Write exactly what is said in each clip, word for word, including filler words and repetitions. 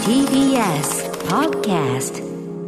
ティービーエス Podcast。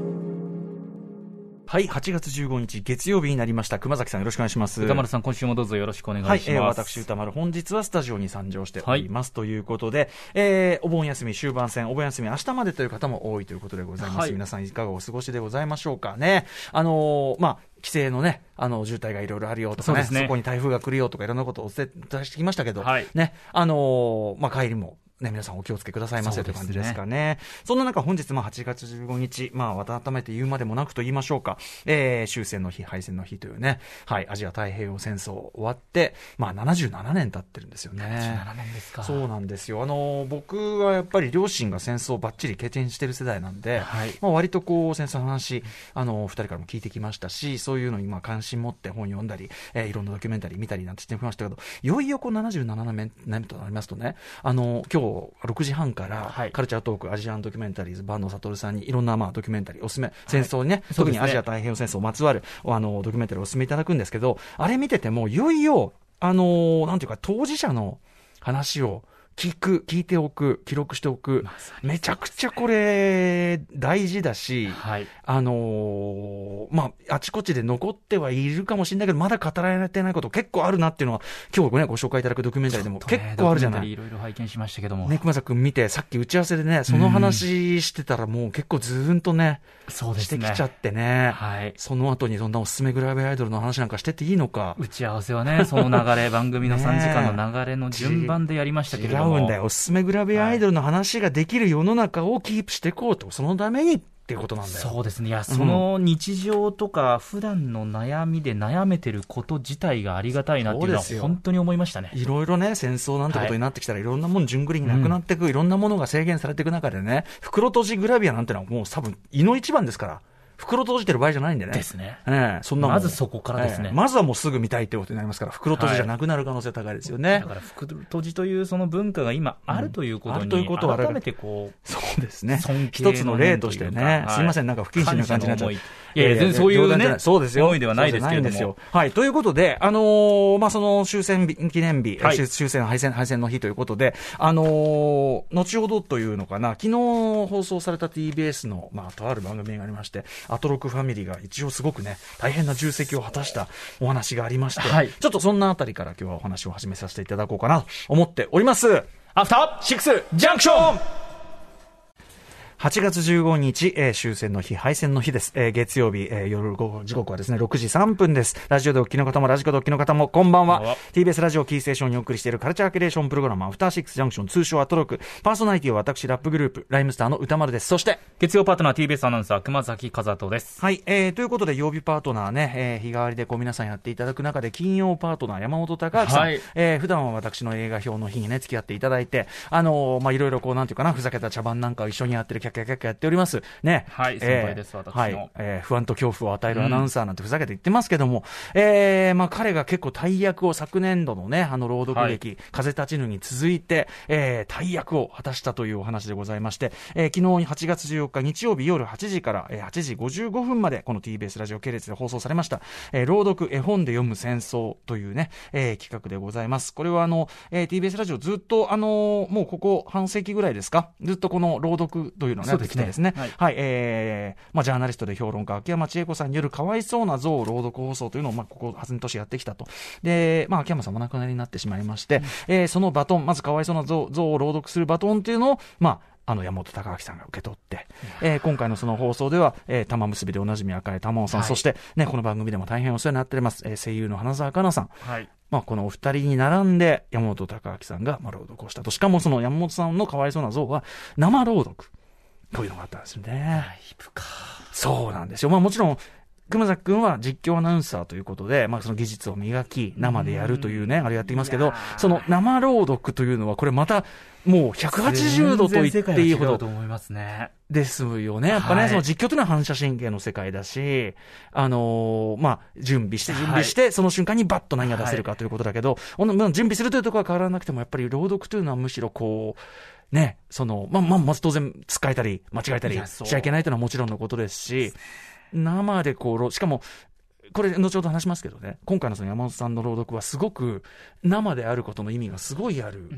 はい、はちがつじゅうごにち月曜日になりました。熊崎さんよろしくお願いします。 歌丸さん今週もどうぞよろしくお願いします。 はい、えー、私歌丸本日はスタジオに参上しております、はい、ということで、えー、お盆休み終盤戦、お盆休み明日までという方も多いということでございます、はい、皆さんいかがお過ごしでございましょうかね。あのー、まあ規制のね、あの渋滞がいろいろあるよとか ね, そ, ねそこに台風が来るよとかいろんなことをお伝えしてきましたけど、はい、ね、あのー、まあ帰りもね、皆さんお気をつけくださいませという感じですかね。そんな中本日もはちがつじゅうごにち、まあ改めて言うまでもなくと言いましょうか、えー、終戦の日、敗戦の日というね、はい、アジア太平洋戦争終わって、まあななじゅうななねん経ってるんですよね。 ななじゅうななねんですか。 そうなんですよ。あの、僕はやっぱり両親が戦争をバッチリ経験してる世代なんで、はい、まあ割とこう戦争の話、あの、二人からも聞いてきましたし、そういうのにまあ関心持って本読んだり、えー、いろんなドキュメンタリー見たりなんてしてきましたけど、いよいよこうななじゅうななねんとなりますとね、あの、今日ろくじはんからカルチャートークアジアンドキュメンタリーズ坂野悟さんにいろんなまあドキュメンタリーおすすめ、戦争にね、はい、特にアジア太平洋戦争まつわるあのドキュメンタリーをおすすめいただくんですけど、あれ見ててもいよいよあのなんていうか当事者の話を聞く、聞いておく、記録しておく、めちゃくちゃこれ大事だし、はい、あのー、まあ、あちこちで残ってはいるかもしれないけど、まだ語られてないこと結構あるなっていうのは、今日ね、ご紹介いただくドキュメンタリーでも結構あるじゃない。 いろいろ拝見しましたけども。 ね、熊崎くん見て、さっき打ち合わせでね、その話してたらもう結構ずーんとね、 そうですね、 してきちゃってね、 はい、 その後にそんなおすすめグラビアアイドルの話なんかしてっていいのか。 打ち合わせはね、その流れ、番組のさんじかんの流れの順番でやりましたけれども。 違うんだよ、おすすめグラビアアイドルの話ができる世の中をキープしていこうと、そのためにっていうことなんだよ。 そうですね。いや、その日常とか普段の悩みで悩めてること自体がありがたいなっていうのは本当に思いましたね。 いろいろね、戦争なんてことになってきたら、はい、いろんなもん順繰りになくなっていく、うん、いろんなものが制限されていく中でね、袋閉じグラビアなんてのはもう多分胃の一番ですから。袋閉じてる場合じゃないんでね。 ですね。 ええ、そんなもんまずそこからですね、 ええ。まずはもうすぐ見たいってことになりますから、袋閉じじゃなくなる可能性高いですよね。はい、 だから袋閉じというその文化が今あるということに、うん、あるということは改めてこう、 そうですね。 尊敬一つの例としてね、はい、すいません、なんか不謹慎な感じになっちゃう。 いやいや、全然そういうね、 そうですよ。 思いではないですけれども。 はい、ということで、あのー、まあ、その終戦記念日、はい、終戦敗戦、敗戦の日ということで、あのー、後ほどというのかな、昨日放送された ティービーエス の、まあ、とある番組がありまして、アトロクファミリーが一応すごくね、大変な重責を果たしたお話がありまして、はい、ちょっとそんなあたりから今日はお話を始めさせていただこうかなと思っております。 アフターシックスジャンクション。 はちがつじゅうごにち、えー、終戦の日、敗戦の日です。えー、月曜日、えー、夜午後、時刻はですね、ろくじさんぷんです。ラジオでお聞きの方も、ラジコでお聞きの方も、こんばんは。ティービーエス ラジオキーステーションにお送りしているカルチャーキュレーションプログラム、アフターシックスジャンクション、通称アトロク。パーソナリティは私、ラップグループ、ライムスターの歌丸です。そして、 月曜パートナー ティービーエス アナウンサー、熊崎和人です。 はい、えー、ということで、曜日パートナーね、えー、日替わりでこう皆さんやっていただく中で、金曜パートナー、山本隆明さん。はい、えー、普段は私の映画表の日にね、付き合っていただいて、あのー、まあ、いろいろこう、なんていうかな、ふざけた茶番なんかを一緒にやってる、キャッキャッキャッキャやっております。ね、 はい、先輩です、えー、私の、 はいえー、不安と恐怖を与えるアナウンサーなんてふざけて言ってますけども、うん、えーまあ、彼が結構大役を昨年度のね、あの朗読劇、はい、風立ちぬに続いて、えー、大役を果たしたというお話でございまして、えー、昨日はちがつじゅうよっか日曜日夜はちじから、えー、はちじごじゅうごふんまでこの ティービーエス ラジオ系列で放送されました、えー、朗読絵本で読む戦争というね、えー、企画でございます。これはあの、えー、ティービーエス ラジオずっとあのー、もうここ半世紀ぐらいですか、ずっとこの朗読というのをやってきてですね、はい、はい、えーまあ、ジャーナリストで評論家秋山千恵子さんによるかわいそうな像朗読放送というのを、まあ、ここ半年やってきたと。で、まあ、秋山さんも亡くなりになってしまいまして、うん、えー、そのバトン、まずかわいそうな像、像を朗読するバトンというのを、まあ、あの山本隆明さんが受け取って、えー、今回のその放送では、えー、玉結びでおなじみ赤江玉緒さん、はい、そして、ね、この番組でも大変お世話になっております、えー、声優の花澤香菜さん、はい、まあ、このお二人に並んで山本隆明さんが、まあ、朗読をしたと。しかもその山本さんのかわいそうな像は生朗読、こういうのがあったんですよね。 だいぶか。 そうなんですよ。まあもちろん熊崎くんは実況アナウンサーということで、まあその技術を磨き生でやるというね、あれやっていますけど、その生朗読というのはこれまたもうひゃくはちじゅうどと言っていいほどと思いますね。 ですよね。やっぱね、はい、その実況というのは反射神経の世界だし、あのー、まあ準備して準備して、はい、その瞬間にバッと何が出せるかということだけど、はい、準備するというところは変わらなくてもやっぱり朗読というのはむしろこうね、そのまあまあまず当然使えたり間違えたりしちゃいけないというのはもちろんのことですし、生でこうしかもこれ後ほど話しますけどね、今回のその山本さんの朗読はすごく生であることの意味がすごいある、うん、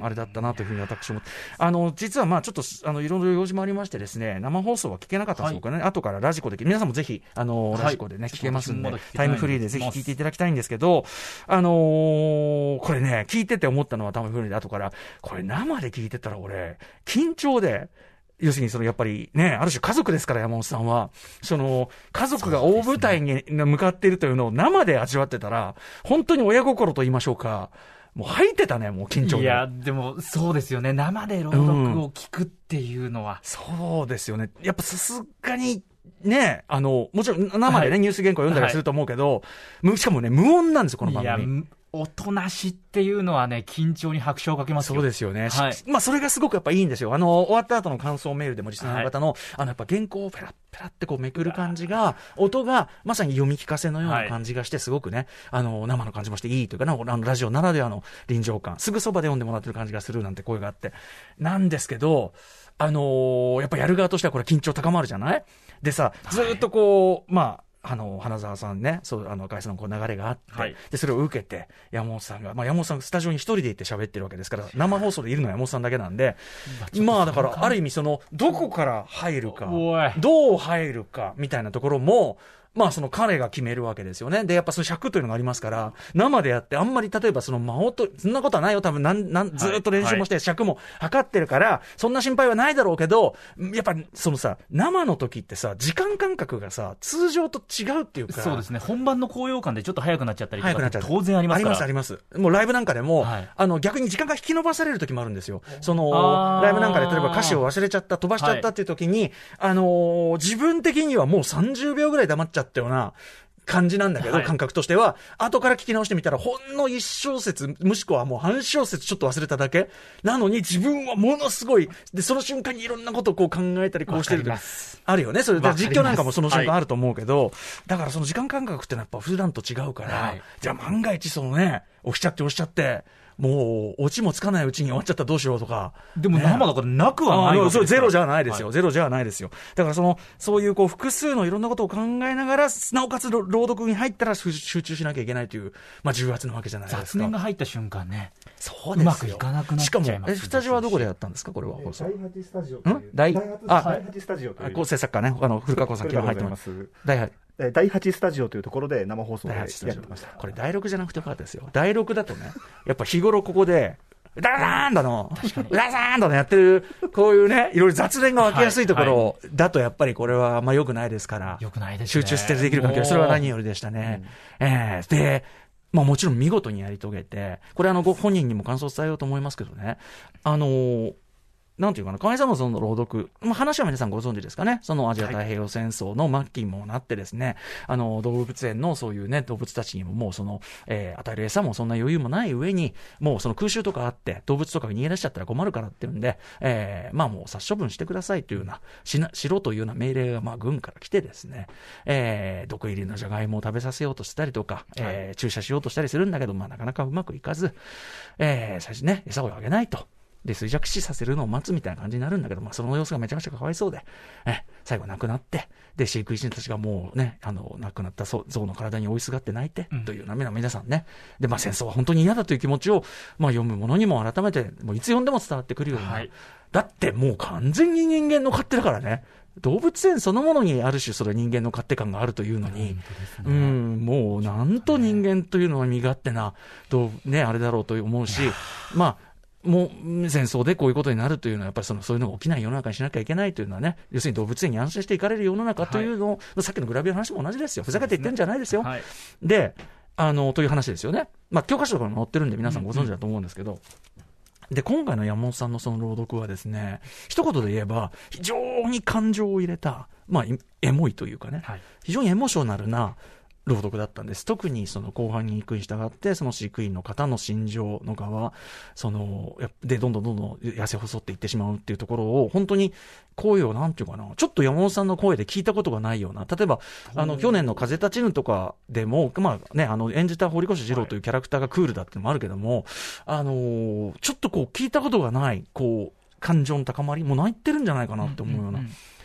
あれだったなというふうに私もあの実はまあちょっとあのいろいろ用事もありましてですね、生放送は聞けなかったんですかね、はい、後からラジコで皆さんもぜひあの、はい、ラジコでね聞けますんで、タイムフリーでぜひ聞いていただきたいんですけど、あのー、これね聞いてて思ったのはタイムフリーで後からこれ生で聞いてたら俺緊張で、要するにそのやっぱりね、ある種家族ですから山本さんは、その家族が大舞台に向かっているというのを生で味わってたら、本当に親心と言いましょうか、もう吐いてたね、もう緊張で。 いや、でもそうですよね、生で朗読を聞くっていうのは。うん、 そうですよね。やっぱさすがに、ね、あの、もちろん生でね、はい、ニュース原稿読んだりすると思うけど、はい、しかもね、無音なんですよ、この番組。 いやおとなしっていうのはね、緊張に拍車をかけますよ。 そうですよね。 はい、 まあ、それがすごくやっぱいいんですよ。あの、終わった後の感想メールでもリスナーの方の、はい、あの、やっぱ原稿をペラッペラってこうめくる感じが、音がまさに読み聞かせのような感じがして、すごくね、はい、あの、生の感じもしていいというかな、あの、ラジオならではの臨場感、すぐそばで読んでもらってる感じがするなんて声があって。なんですけど、あのー、やっぱやる側としてはこれ緊張高まるじゃない？でさ、ずっとこう、はい、まあ、あの花澤さんね、そうあの会社のこう流れがあって、はい、でそれを受けて山本さんが、まあ、山本さんスタジオに一人で行って喋ってるわけですから生放送でいるのは山本さんだけなんで、まあだからある意味そのどこから入るかどう入るかみたいなところもまあその彼が決めるわけですよね。でやっぱその尺というのがありますから生でやってあんまり例えばその間をとそんなことはないよ多分なんなんずっと練習もして尺も測ってるからそんな心配はないだろうけどやっぱそのさ生の時ってさ時間感覚がさ通常と違うっていうかそうですね本番の高揚感でちょっと早くなっちゃったりとか当然ありますからありますありますもうライブなんかでも、はい、あの逆に時間が引き延ばされる時もあるんですよ。そのライブなんかで例えば歌詞を忘れちゃった飛ばしちゃったっていう時に、はい、あのー、自分的にはもうさんじゅうびょうぐらい黙っちゃったような感じなんだけど、はい、感覚としては後から聞き直してみたらほんの一小節もしくはもう半小節ちょっと忘れただけなのに自分はものすごいでその瞬間にいろんなことをこう考えたりこうしてるとあるよね。それで実況なんかもその瞬間あると思うけど、はい、だからその時間感覚ってのはやっぱ普段と違うから、はい、じゃあ万が一そのね押しちゃって押しちゃってもうオチもつかないうちに終わっちゃったらどうしようとかでも生だからなくはないわけですから、 ゼロじゃないですよ、はい、ゼロじゃないですよ。だからそのそういうこう複数のいろんなことを考えながらなおかつ朗読に入ったら集中しなきゃいけないという、まあ、重圧なわけじゃないですか。 雑念が入った瞬間ねそうですようまくいかなくなっちゃいます。 しかもえスタジオはどこでやったんですかこれは放送。 だいはちスタジオというだいはちスタジオという構成作家ねあの古川さん今日入ってますだいはちだいはちスタジオというところで生放送でやってました。 これだいろくじゃなくてよかったですよ。だいろくだとねやっぱ日頃ここでダラダーンだのダラダーンだのやってるこういうねいろいろ雑念が湧きやすいところだとやっぱりこれはまあ良くないですから良くないですね。 集中してできる環境それは何よりでしたね、うんえー、でまあもちろん見事にやり遂げてこれあのご本人にも感想を伝えようと思いますけどねあのーなんていうかな、神様像の朗読、まあ、話は皆さんご存知ですかね。そのアジア太平洋戦争の末期にもなってですね、はい、あの動物園のそういうね動物たちにももうその、えー、与える餌もそんな余裕もない上にもうその空襲とかあって動物とかが逃げ出しちゃったら困るからっていうんで、えー、まあもう殺処分してくださいというようなしなしろというような命令がまあ軍から来てですね、えー、毒入りのじゃがいもを食べさせようとしたりとか、えー、注射しようとしたりするんだけど、まあなかなかうまくいかず、えー、最初ね餌をあげないと。で衰弱死させるのを待つみたいな感じになるんだけど、まあ、その様子がめちゃくちゃかわいそうでえ最後亡くなってで飼育員たちがもうねあの亡くなった象の体に追いすがって泣いて、うん、という涙な皆さんねで、まあ、戦争は本当に嫌だという気持ちを、まあ、読む者にも改めてもういつ読んでも伝わってくるような、はい、だってもう完全に人間の勝手だからね動物園そのものにある種それ人間の勝手感があるというのに、うん、もうなんと人間というのは身勝手などう、ね、あれだろうと思うしまあもう戦争でこういうことになるというのはやっぱりそのそういうのが起きない世の中にしなきゃいけないというのはね要するに動物園に安心して行かれる世の中というのを、はい、さっきのグラビアの話も同じですよふざけて言ってるんじゃないですよ。で、ねはいで、あのという話ですよね。まあ教科書とかにも載ってるんで皆さんご存知だと思うんですけど、うんうん、で今回の山本さんのその朗読はですね一言で言えば非常に感情を入れたまあエモいというかね、はい、非常にエモーショナルな朗読だったんです。特にその後半に行くに従ってその飼育員の方の心情の側そのでどんどんどんどん痩せ細っていってしまうっていうところを本当に声をなんていうかなちょっと山本さんの声で聞いたことがないような例えばあの去年の風立ちぬとかでもまあねあの演じた堀越二郎というキャラクターがクールだっていうのもあるけども、はい、あのちょっとこう聞いたことがないこう感情の高まりもう泣いてるんじゃないかなって思うような、うんうんうん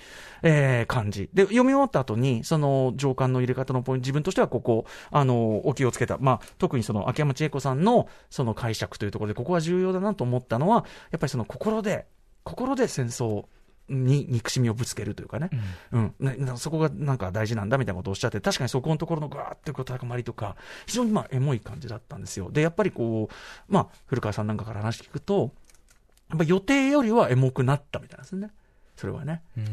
えー、感じ。で、読み終わった後に、その情感の入れ方のポイント、自分としてはここ、あの、お気をつけた。まあ、特にその、秋山千恵子さんの、その解釈というところで、ここは重要だなと思ったのは、やっぱりその心で、心で戦争に憎しみをぶつけるというかね、うん、うん、ね、そこがなんか大事なんだみたいなことをおっしゃって、確かにそこのところのガーってこう高まりとか、非常にまあエモい感じだったんですよ。で、やっぱりこう、まあ、古川さんなんかから話聞くと、やっぱ予定よりはエモくなったみたいなんですね。それはね。うん。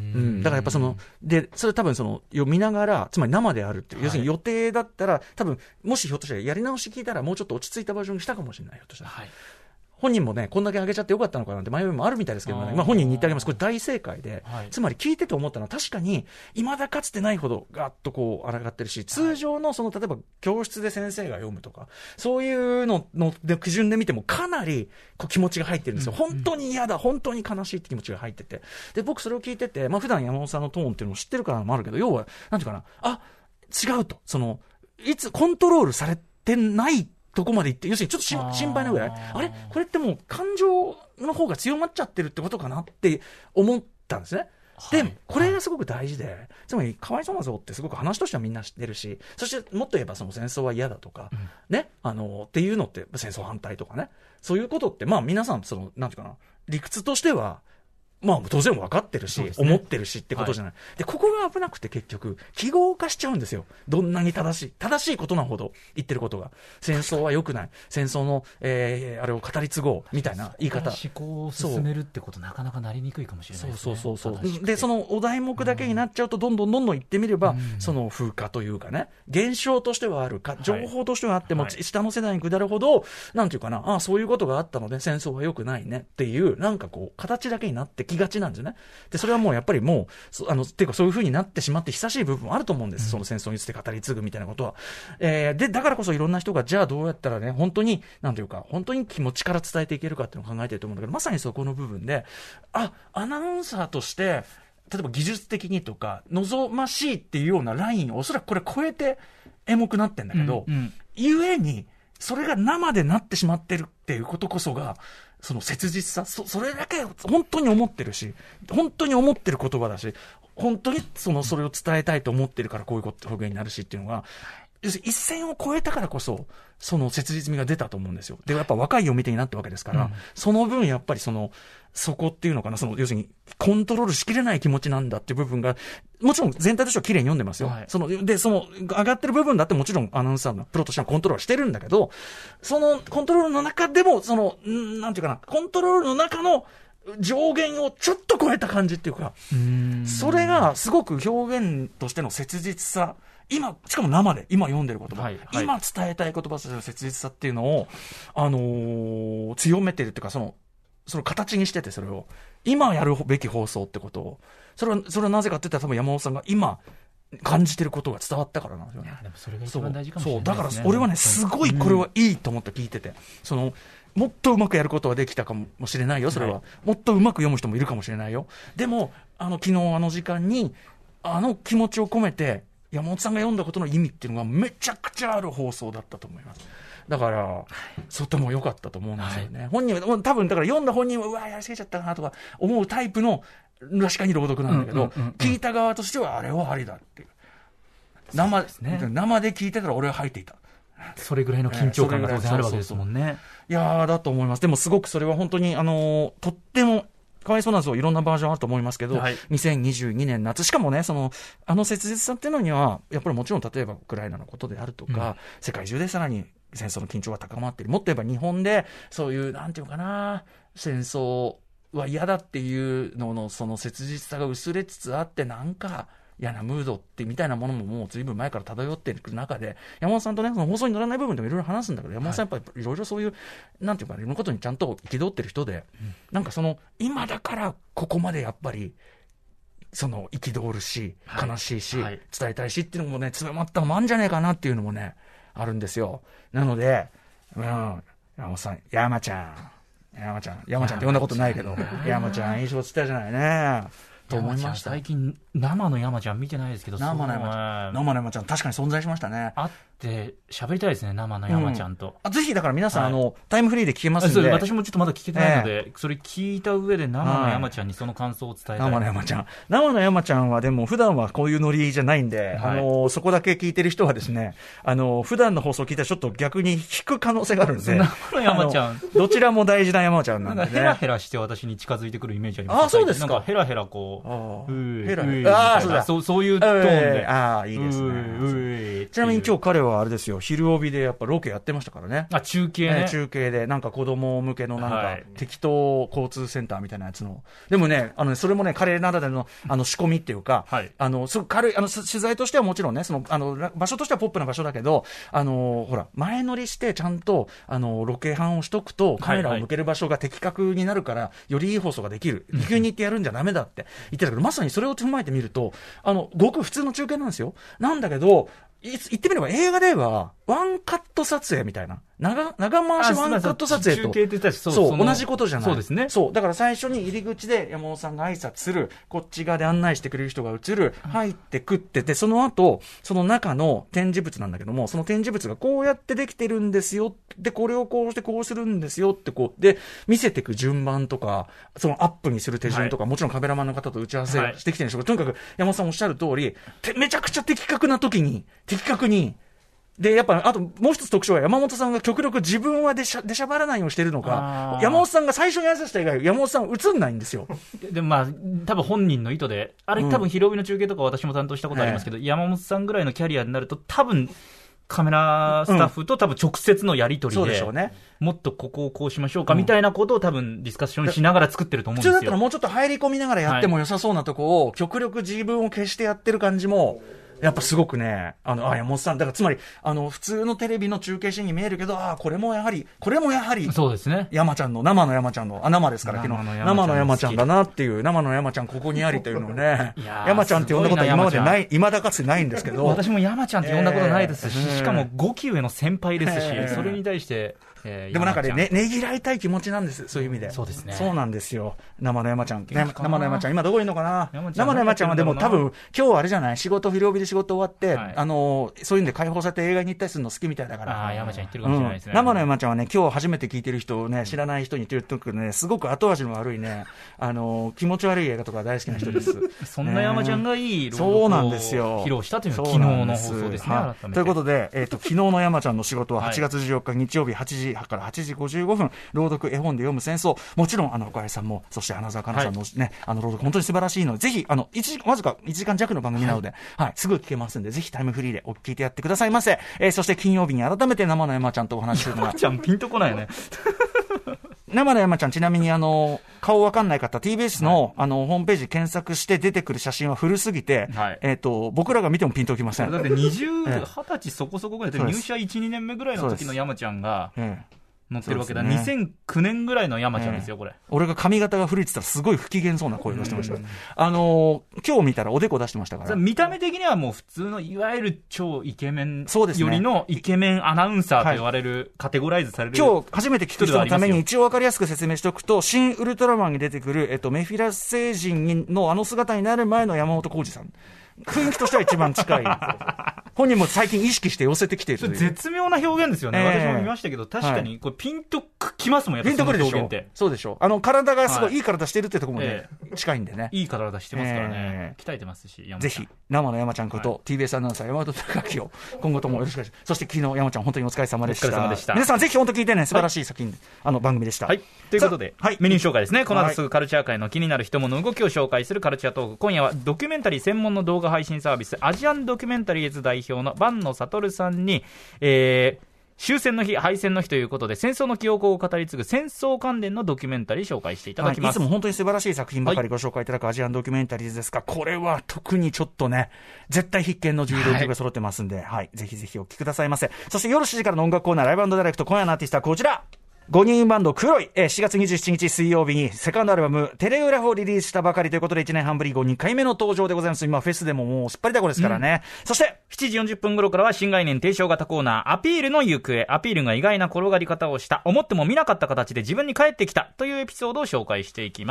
だからやっぱその、で、それ多分その、読みながら、つまり生であるっていう、はい、要するに予定だったら、多分、もしひょっとしたらやり直し聞いたら、もうちょっと落ち着いたバージョンにしたかもしれないよとしたら。はい、本人もね、こんだけ上げちゃってよかったのかなって迷いもあるみたいですけどね、まあ本人に言ってあげます。これ大正解で、はい、つまり聞いてて思ったのは確かに、未だかつてないほどガッとこう、抗ってるし、通常のその、例えば教室で先生が読むとか、そういうのの基準で見てもかなりこう気持ちが入ってるんですよ。本当に嫌だ、本当に悲しいって気持ちが入ってて。で、僕それを聞いてて、まあ普段山本さんのトーンっていうのを知ってるからもあるけど、要は、なんていうかな、あ、違うと。その、いつコントロールされてないどこまで行って、要するにちょっとし心配なぐらい、あれこれってもう感情の方が強まっちゃってるってことかなって思ったんですね。で、はい、これがすごく大事で、つまりかわいそうなぞってすごく話としてはみんな知ってるし、そしてもっと言えばその戦争は嫌だとか、うん、ね、あの、っていうのって戦争反対とかね、そういうことって、まあ皆さんその、なんていうかな、理屈としては、まあ当然分かってるし、ね、思ってるしってことじゃない、はい、でここが危なくて結局記号化しちゃうんですよ。どんなに正しい正しいことなほど言ってることが、戦争は良くない、戦争の、えー、あれを語り継ごうみたいな言い方、 思考を進めるってことなかなかなりにくいかもしれないですね。 そうそうそうそう。でそのお題目だけになっちゃうと、どんどんどんどん言ってみれば、うん、その風化というかね、現象としてはあるか、情報としてはあっても、はい、下の世代に下るほど、なんていうかな、ああそういうことがあったので戦争は良くないねっていう、なんかこう形だけになってきがちなんですよね。でそれはもうやっぱりもうあのっていうかそういう風になってしまって久しい部分もあると思うんです、うん、その戦争について語り継ぐみたいなことは、えー、でだからこそいろんな人がじゃあどうやったらね本当になんていうか本当に気持ちから伝えていけるかっていうのを考えていると思うんだけど、まさにそこの部分で、あアナウンサーとして例えば技術的にとか望ましいっていうようなラインをおそらくこれ超えてエモくなってんだけど、うんうん、ゆえにそれが生でなってしまってるっていうことこそがその切実さ、 そ, それだけ本当に思ってるし、本当に思ってる言葉だし、本当にそのそれを伝えたいと思ってるからこういう表現になるしっていうのが、要するに一線を越えたからこそその切実味が出たと思うんですよ。でやっぱ若い読み手になったわけですから、うん、その分やっぱりそのそこっていうのかな、その要するにコントロールしきれない気持ちなんだっていう部分がもちろん全体としては綺麗に読んでますよ、はい、そのでその上がってる部分だってもちろんアナウンサーのプロとしてはコントロールしてるんだけど、そのコントロールの中でもそのんなんていうかな、コントロールの中の上限をちょっと超えた感じっていうか、うーん、それがすごく表現としての切実さ、今しかも生で今読んでる言葉、はいはい、今伝えたい言葉としての切実さっていうのを、あのー、強めてるっていうか、そのその形にしてて、それを今やるべき放送ってことを、それはそれはなぜかって言ったら多分山本さんが今感じてることが伝わったからなんですよね。 いやでもそれが一番大事かもしれないですね。 そうだから俺はねすごいこれはいいと思って聞いてて、うん、そのもっとうまくやることはできたかもしれないよ、それは、はい、もっとうまく読む人もいるかもしれないよ。でもあの昨日あの時間にあの気持ちを込めて山本さんが読んだことの意味っていうのがめちゃくちゃある放送だったと思います。だから、はい、とても良かったと思うんですよね、はい、本人は多分だから読んだ本人はうわやりすぎちゃったなとか思うタイプの確かに朗読なんだけど、うんうんうんうん、聞いた側としてはあれはありだっていう、生ですね、生で聞いてたら俺は吐いていた、 それぐらいの緊張感が当然あるわけですもんね。 いやーだと思います。でもすごくそれは本当にあのー、とってもかわいそうなんですよ。いろんなバージョンあると思いますけど、はい、にせんにじゅうにねん夏、しかもね、そのあの切実さっていうのにはやっぱりもちろん例えばウクライナのことであるとか、うん、世界中でさらに戦争の緊張が高まっている、もっと言えば日本でそういうなんていうのかな、戦争は嫌だっていうののその切実さが薄れつつあって、なんか嫌なムードってみたいなものももうずいぶん前から漂っている中で、山本さんとね、その放送に乗らない部分でもいろいろ話すんだけど、山本さんやっぱりいろいろそういう、なんていうか、いろんなことにちゃんと憤ってる人で、うん、なんかその今だからここまでやっぱりその憤るし、悲しいし、はいはい、伝えたいしっていうのもね、詰まったのもあるんじゃないかなっていうのもねあるんですよ。なので、うん、山本さん、山ちゃん山ちゃん山ちゃんって呼んだことないけど、山ちゃんいい仕事したじゃないねと思いました。 最近生の山ちゃん見てないですけど、 生の山ちゃん、生の山ちゃん確かに存在しましたね。 あって喋りたいですね、生の山ちゃんと、うん、 あぜひだから皆さん、はい、あのタイムフリーで聞けますんで。 私もちょっとまだ聞けてないので、えー、それ聞いた上で生の山ちゃんにその感想を伝えたい、 はい、生の山ちゃん生の山ちゃんはでも普段はこういうノリじゃないんで、はい、あのそこだけ聞いてる人はですね、あの普段の放送を聞いたらちょっと逆に引く可能性があるんで、 生の山ちゃんどちらも大事な山ちゃんなんで、ね、 なんかヘラヘラして私に近づいてくるイメージあります。 あそうですか。 なんかヘラヘラこう、うヘラヘラ、あそうだ、 そうそういうトーンで、 ああいいですね。ちなみに今日彼はあれですよ、昼帯でやっぱロケやってましたからね。 あ中継ね、 ね中継でなんか子供向けのなんか適当交通センターみたいなやつの、でもねあのねそれもね彼ならではのあの仕込みっていうか、はい、あのすごく軽いあの取材としてはもちろんねそのあの場所としてはポップな場所だけど、あのほら前乗りしてちゃんとあのロケハンをしとくとカメラを向ける場所が的確になるから、はいはい、よりいい放送ができる。急に行ってやるんじゃダメだって言ってたけど、まさにそれを踏まえてみるとあのごく普通の中継なんですよ。なんだけど言ってみれば映画ではワンカット撮影みたいな 長, 長回しワンカット撮影と中継って言ったらそう、 そう同じことじゃない。 そうですね。 そうだから最初に入り口で山本さんが挨拶する、こっち側で案内してくれる人が映る、入ってくってて、その後その中の展示物なんだけども、その展示物がこうやってできてるんですよ、でこれをこうしてこうするんですよってこうで見せていく順番とか、そのアップにする手順とか、はい、もちろんカメラマンの方と打ち合わせしてきてるんでしょうけど、はい、とにかく山本さんおっしゃる通りめちゃくちゃ的確な時に的確にで、やっぱ、あと、もう一つ特徴は、山本さんが極力自分は出しゃ、出しゃばらないようにしてるのか、山本さんが最初に挨拶した以外、山本さん映んないんですよ。 でもまあ、多分本人の意図で、あれ、多分、広帯の中継とか私も担当したことありますけど、うん、山本さんぐらいのキャリアになると、多分、カメラスタッフと多分直接のやり取りで、うん、そうでしょうね。もっとここをこうしましょうかみたいなことを多分ディスカッションしながら作ってると思うんですよ。 普通だったらもうちょっと入り込みながらやっても良さそうなとこを、極力自分を消してやってる感じも、やっぱすごくね、あの、あ、山本さん、だからつまり、あの、普通のテレビの中継シーンに見えるけど、あ、これもやはり、これもやはり、 そうですね。 山ちゃんの、生の山ちゃんの、あ、生ですから、昨日、生の山ちゃんだなっていう、生の山ちゃんここにありというのをね、山ちゃんって呼んだことは今までない、未だかつてないんですけど。 私も山ちゃんって呼んだことないですし、えー、しかもごき上の先輩ですし、えー、それに対して、えー、 でもなんかね、ね、ねぎらいたい気持ちなんです、そういう意味で。 そうですね。 そうなんですよ。生の山ちゃん。ね、生の山ちゃん、今どこにいるのかな。生の山ちゃんはでも多分、今日あれじゃない、仕事、昼帯で仕事終わって、はい、あの、そういうんで解放されて映画に行ったりするの好きみたいだから。 ああ、山ちゃん言ってるかもしれないですね。 うん、生の山ちゃんはね、今日初めて聞いてる人をね、知らない人に言ってるときね、すごく後味の悪いね、あの、気持ち悪い映画とか大好きな人です。 そんな山ちゃんがいい、 そうなんですよ。 披露したというのは昨日の放送ですね。 はい、ということで、えっと、昨日の山ちゃんの仕事ははちがつじゅうよっか日曜日はちじからはちじごじゅうごふん、朗読絵本で読む戦争、もちろんあの岡井さんも、そして花澤香菜さんのね、はい、あの朗読本当に素晴らしいので、ぜひあのいちわずかいちじかん弱の番組なので、はい、はい、すぐ聞けますんで、ぜひタイムフリーでお聞いてやってくださいませ。えー、そして金曜日に改めて生の山ちゃんとお話しするのが山ちゃんピンとこないね。 生の山ちゃん、ちなみにあの顔わかんない方、 ティービーエス の、はい、あのホームページ検索して出てくる写真は古すぎて、はい、えー、と僕らが見てもピンときません。 だってにじゅう、はたちそこそこぐらいで入社いち、にねんめぐらいの時の山ちゃんが、ええ、乗ってるわけだ、ね、にせんきゅうねんぐらいの山ちゃんですよ、これ。 俺が髪型が古いって言ったらすごい不機嫌そうな声を出してました。あのー、今日見たらおでこ出してましたから。 見た目的にはもう普通のいわゆる超イケメンよりのイケメンアナウンサーと言われる、はい、カテゴライズされる。 今日初めて聞く人のために一応分かりやすく説明しておくと、新ウルトラマンに出てくる、えっと、メフィラス星人のあの姿になる前の山本浩二さん。雰囲気としては一番近い。本人も最近意識して寄せてきているという。 絶妙な表現ですよね、えー、私も見ましたけど、確かにこれピンときますもん、やっぱりその表現って。 そうでしょう。あの体がすごいいい体してるってところもね、えー、近いんでね。 いい体してますからね、えー、鍛えてますし、 ぜひ生の山ちゃんこと、はい、ティービーエス アナウンサー山本貴明を今後ともよろしくお願いします。そして昨日山ちゃん本当にお疲れ様でした。 お疲れ様でした。 皆さんぜひ本当聞いてね、素晴らしい作品、はい、あの番組でした。 はい、ということで、はい、メニュー紹介ですね。この後すぐカルチャー界の気になる人物の動きを紹介するカルチャートーク。今夜はドキュメンタリー専門の動画配信サービスアジアンドキュメンタリーズ代表の坂野悟さんに、えー、終戦の日敗戦の日ということで戦争の記憶を語り継ぐ戦争関連のドキュメンタリー紹介していただきます。 はい、いつも本当に素晴らしい作品ばかりご紹介いただくアジアンドキュメンタリーズですが、これは特にちょっとね絶対必見の重要曲が揃ってますんで、はいはい、ぜひぜひお聴きくださいませ。そして夜しちじからの音楽コーナーライブ&ダイレクト、今夜のアーティストはこちら、ごにんバンド黒い、えー、しがつにじゅうしちにち水曜日にセカンドアルバムテレグラフをリリースしたばかりということでいちねんはんぶりごにかいめの登場でございます。今フェスでももうすっぱりだこですからね、うん、そしてしちじよんじゅっぷん頃からは新概念提唱型コーナーアピールの行方。アピールが意外な転がり方をした、思っても見なかった形で自分に返ってきたというエピソードを紹介していきます。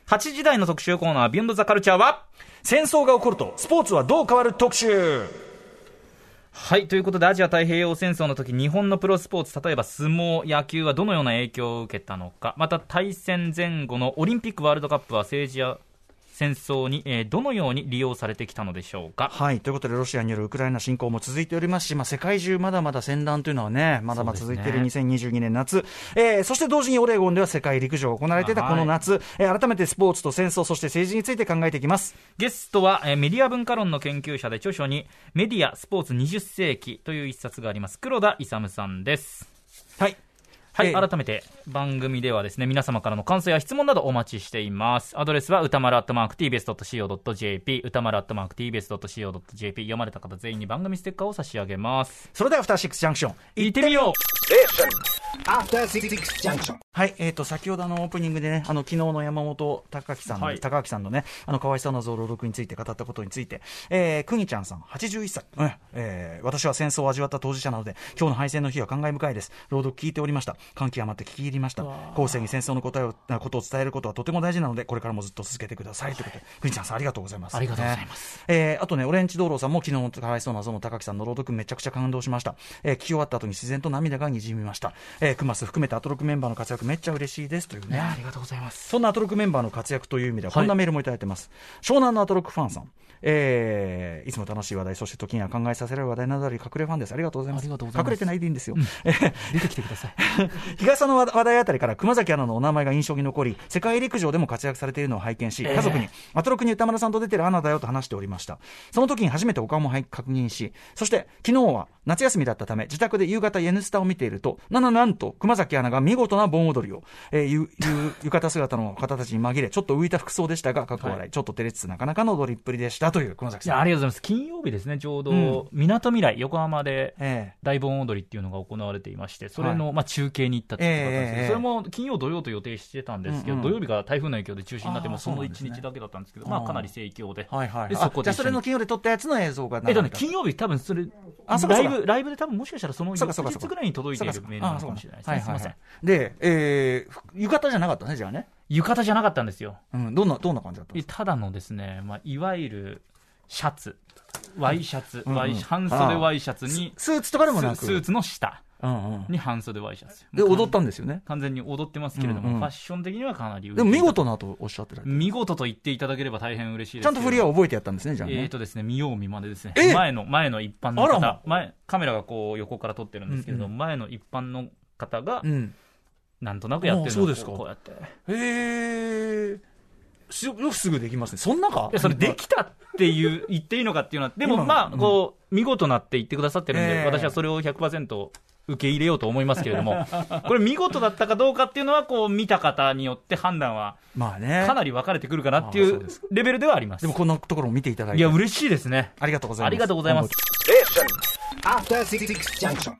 はちじ台の特集コーナービヨンドザカルチャーは、 戦争が起こるとスポーツはどう変わる特集。 はい、ということでアジア太平洋戦争の時、日本のプロスポーツ、例えば相撲、野球はどのような影響を受けたのか、また対戦前後のオリンピックワールドカップは政治や戦争に、えー、どのように利用されてきたのでしょうか。 はい、ということでロシアによるウクライナ侵攻も続いておりますし、まあ、世界中まだまだ戦乱というのはねまだまだ続いているにせんにじゅうにねん夏、えー、そして同時にオレゴンでは世界陸上が行われていたこの夏、はい、えー、改めてスポーツと戦争そして政治について考えていきます。 ゲストは、えー、メディア文化論の研究者で著書にメディアスポーツにじゅっ世紀という一冊があります黒田勇さんです。 はいはい、改めて番組ではですね皆様からの感想や質問などお待ちしています。アドレスは歌丸アットマーク ティービーエスドットシーオードットジェーピー 歌丸アットマーク ティービーエスドットシーオードットジェーピー 読まれた方全員に番組ステッカーを差し上げます。 それではアフターシックスジャンクション行ってみよう。アフターシックスジャンクション。はい、えーと先ほどのオープニングでねあの昨日の山本隆明さんの、はい、高明さんのねあの河合さんの像朗読について語ったことについて、えー、くにちゃんさんはちじゅういっさい、うんえー、私は戦争を味わった当事者なので今日の敗戦の日は感慨深いです。朗読聞いておりました。感極まって聞き入りました。後世に戦争の答えをことを伝えることはとても大事なのでこれからもずっと続けてください、はい、ということでくにちゃんさんありがとうございます。 ありがとうございます、 ねえー、あとねオレンジ道路さんも昨日のかわいそうな像の高木さんの朗読めちゃくちゃ感動しました、えー、聞き終わった後に自然と涙がにじみました、えー、クマス含めてアトロクメンバーの活躍めっちゃ嬉しいですというね。 ありがとうございます。 そんなアトロクメンバーの活躍という意味ではこんなメールもいただいてます、はい、湘南のアトロクファンさん、えー、いつも楽しい話題そして時には考えさせられる話題などあり隠れファンです。ありがとうございます。隠れてないでいいんですよ、うん、 出てきてください日傘の話題あたりから熊崎アナのお名前が印象に残り世界陸上でも活躍されているのを拝見し、家族にアトロクに歌丸さんと出てるアナだよと話しておりました。その時に初めてお顔も確認し、そして昨日は夏休みだったため自宅で夕方 N スタを見ているとなななんと熊崎アナが見事な盆踊りを、えー、ゆゆ浴衣姿の方たちに紛れちょっと浮いた服装でしたがかっこ笑い、はい、ちょっと照れつつなかなかの踊りっぷりでしたという熊崎さん。 いやありがとうございます。金曜日ですねちょうどみなとみらい横浜で大盆踊りっていうのが行われていましてそれの、はいまあ、中継に行ったっていうことだったんですけど、えー、それも金曜土曜と予定してたんですけど、うんうん、土曜日が台風の影響で中止になってもうそのいちにちだけだったんですけどまあかなり盛況で、 はいはい、 でそこでじゃあそれの金曜で撮ったやつの映像がえっとね金曜日多分それあそうかそうかライブライブで多分もしかしたらその翌日ぐらいに届いているメールなのかもしれないですね。すいません。 で、えー、浴衣じゃなかったねじゃあね。 浴衣じゃなかったんですよ。 うん、どんなどんな感じだったんですか。 ただのですね、まあいわゆるシャツ、ワイシャツ、うんうん、ワイ半袖ワイシャツにスーツとかでもなくスーツの下。に半袖ワイシャツで踊ったんですよね。 完全に踊ってますけれども、うんうん、ファッション的にはかなりでも見事なとおっしゃってた。 見事と言っていただければ大変嬉しいです。 ちゃんと振りは覚えてやったんですねじゃあね。 えーとですね見よう見まねですね。前の前の一般の方前カメラがこう横から撮ってるんですけれども、うんうん、前の一般の方が、うん、なんとなくやってるのを こ, こうやってへえすすぐできますね。そんなかいやそれできたっていう言っていいのかっていうのはでもまあこう、うん、見事なって言ってくださってるんで、えー、私はそれを ひゃくパーセント受け入れようと思いますけれどもこれ見事だったかどうかっていうのはこう見た方によって判断はかなり分かれてくるかなっていうレベルではあります。 でもこんなところも見ていただいていや嬉しいですね。 ありがとうございます。 ありがとうございます。